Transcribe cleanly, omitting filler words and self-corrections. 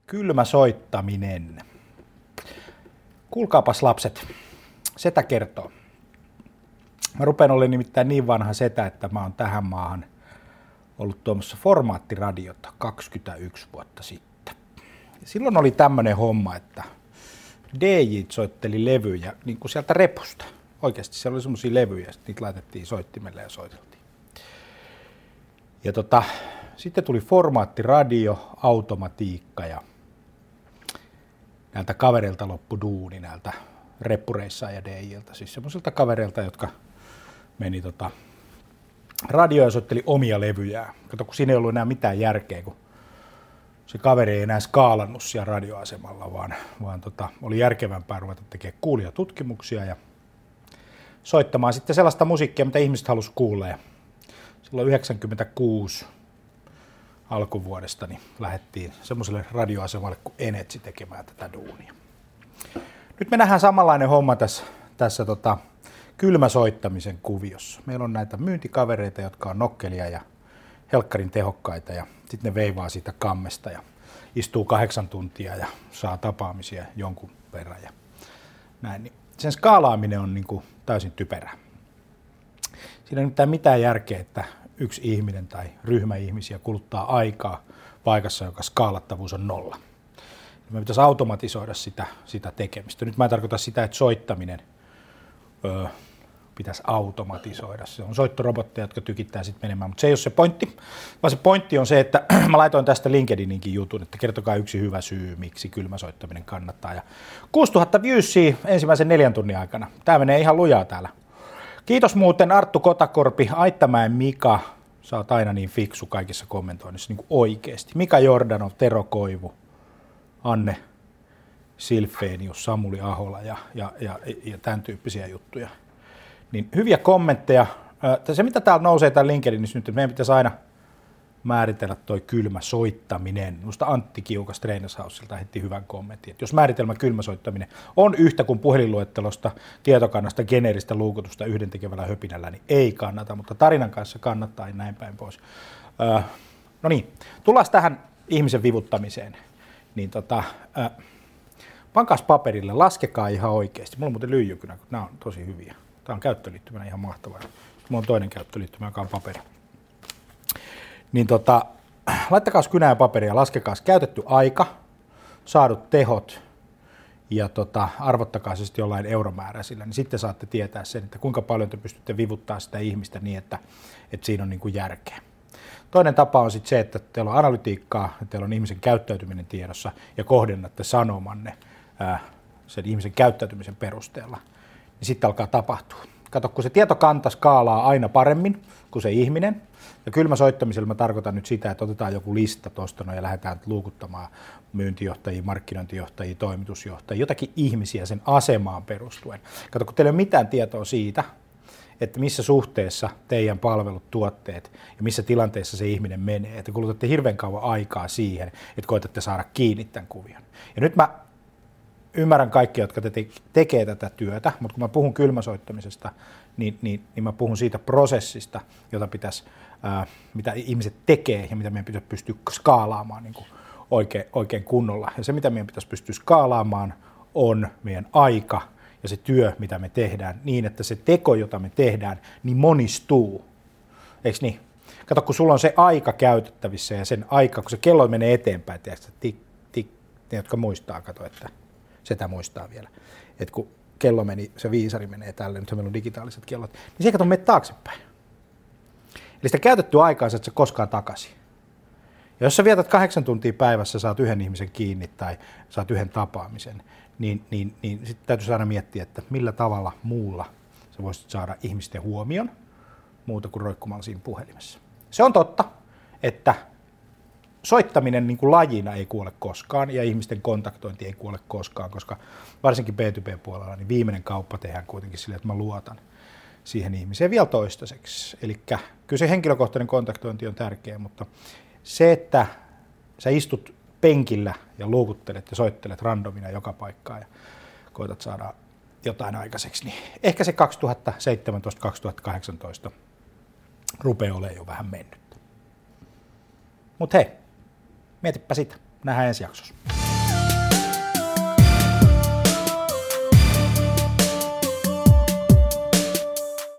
Kylmä soittaminen. Kuulkaapas lapset, setä kertoo. Mä rupean olemaan nimittäin niin vanha setä, että mä oon tähän maahan ollut tuomassa formaattiradiota 21 vuotta sitten. Ja silloin oli tämmönen homma, että DJt soitteli levyjä niin kuin sieltä repusta. Oikeasti siellä oli semmosia levyjä, niitä laitettiin soittimelle ja soiteltiin. Ja sitten tuli formaattiradio, automatiikka ja näiltä kavereilta loppu duuni, näiltä reppureissaa ja DJiltä. Siis semmoisilta kavereilta, jotka meni radioon ja soitteli omia levyjään. Kato, kun siinä ei ollut enää mitään järkeä, kun se kaveri ei enää skaalannut siellä radioasemalla, vaan oli järkevämpää ruveta tekemään kuulijatutkimuksia ja soittamaan sitten sellaista musiikkia, mitä ihmiset halusi kuulla. Ja silloin 96 alkuvuodesta niin lähdettiin semmoiselle radioasemalle kuin Energy tekemään tätä duunia. Nyt me nähdään samanlainen homma tässä kylmäsoittamisen kuviossa. Meillä on näitä myyntikavereita, jotka on nokkelia ja helkkarin tehokkaita ja sitten ne veivaa siitä kammesta ja istuu 8 tuntia ja saa tapaamisia jonkun verran ja näin. Niin sen skaalaaminen on niin kuin täysin typerää. Siinä ei mitään järkeä, että yksi ihminen tai ryhmä ihmisiä kuluttaa aikaa paikassa, joka skaalattavuus on 0. Me pitäisi automatisoida sitä tekemistä. Nyt mä en tarkoita sitä, että soittaminen pitäisi automatisoida. Se on soittorobotteja, jotka tykittää sitten menemään, mutta se ei ole se pointti, vaan se pointti on se, että mä laitoin tästä LinkedIninkin jutun, että kertokaa yksi hyvä syy, miksi kylmäsoittaminen kannattaa. Ja 6000 viewsia ensimmäisen 4 tunnin aikana. Tää menee ihan lujaa täällä. Kiitos muuten Arttu Kotakorpi, Aittamäen Mika, sä oot aina niin fiksu kaikissa kommentoinnissa, niin kuin oikeesti. Mika Jordanov, Tero Koivu, Anne Silfenius, Samuli Ahola ja tämän tyyppisiä juttuja. Niin hyviä kommentteja. Se mitä täällä nousee täällä LinkedInissä nyt, että meidän pitäisi aina määritellä toi kylmä soittaminen. Minusta Antti Kiukas Trainershouselta heitti hyvän kommentin, että jos määritelmä kylmä soittaminen on yhtä kuin puhelinluettelosta, tietokannasta, geneeristä luukutusta yhdentekevällä höpinällä, niin ei kannata, mutta tarinan kanssa kannattaa ja näin päin pois. No niin, tullaan tähän ihmisen vivuttamiseen. Niin pankaas paperille, laskekaa ihan oikeasti. Mulla on muuten lyijykynä, kun nämä on tosi hyviä. Tämä on käyttöliittymänä ihan mahtavaa. Mulla on toinen käyttöliittymä, joka on paperi. Niin laittakaa kynä ja paperia, laskekaa käytetty aika, saadut tehot ja arvottakaa se sitten jollain euromääräisillä, niin sitten saatte tietää sen, että kuinka paljon te pystytte vivuttaa sitä ihmistä niin, että siinä on niin kuin järkeä. Toinen tapa on sitten se, että teillä on analytiikkaa, että teillä on ihmisen käyttäytyminen tiedossa ja kohdennatte sanomanne sen ihmisen käyttäytymisen perusteella, niin sitten alkaa tapahtua. Kato, kun se tietokanta skaalaa aina paremmin kuin se ihminen, ja kylmäsoittamisella mä tarkoitan nyt sitä, että otetaan joku lista tuosta ja lähdetään luukuttamaan myyntijohtajia, markkinointijohtajia, toimitusjohtajia, jotakin ihmisiä sen asemaan perustuen. Kato, kun teillä ei ole mitään tietoa siitä, että missä suhteessa teidän palvelut, tuotteet ja missä tilanteessa se ihminen menee, että kulutatte hirveän kauan aikaa siihen, että koetatte saada kiinni tämän kuvion. Ja nyt mä ymmärrän kaikkia, jotka tekee tätä työtä, mutta kun mä puhun kylmäsoittamisesta, niin mä puhun siitä prosessista, mitä ihmiset tekee ja mitä meidän pitäisi pystyä skaalaamaan niin kuin oikein kunnolla. Ja se, mitä meidän pitäisi pystyä skaalaamaan, on meidän aika ja se työ, mitä me tehdään, niin että se teko, jota me tehdään, niin monistuu. Eikö niin? Kato, kun sulla on se aika käytettävissä ja sen aika, kun se kello menee eteenpäin, tiedätkö, ne, jotka muistaa, kato, että sitä muistaa vielä, että kun kello meni, se viisari menee tälle, nyt meillä on digitaaliset kellot, niin se ei kato mene taaksepäin. Eli sitä käytettyä aikaa sä et sä koskaan takaisin. Ja jos sä vietät 8 tuntia päivässä, saat yhden ihmisen kiinni tai saat yhden tapaamisen, niin sitten täytyy aina miettiä, että millä tavalla muulla sä voisit saada ihmisten huomion muuta kuin roikkumalla siinä puhelimessa. Se on totta, että soittaminen niin kuin lajina ei kuole koskaan ja ihmisten kontaktointi ei kuole koskaan, koska varsinkin B2B-puolella niin viimeinen kauppa tehdään kuitenkin sillä, että mä luotan siihen ihmiseen vielä toistaiseksi. Eli kyllä se henkilökohtainen kontaktointi on tärkeä, mutta se, että sä istut penkillä ja luukuttelet ja soittelet randomina joka paikkaan ja koetat saada jotain aikaiseksi, niin ehkä se 2017-2018 rupeaa olemaan jo vähän mennyt. Mutta hei, mietipä sitä. Nähdään ensi jaksossa.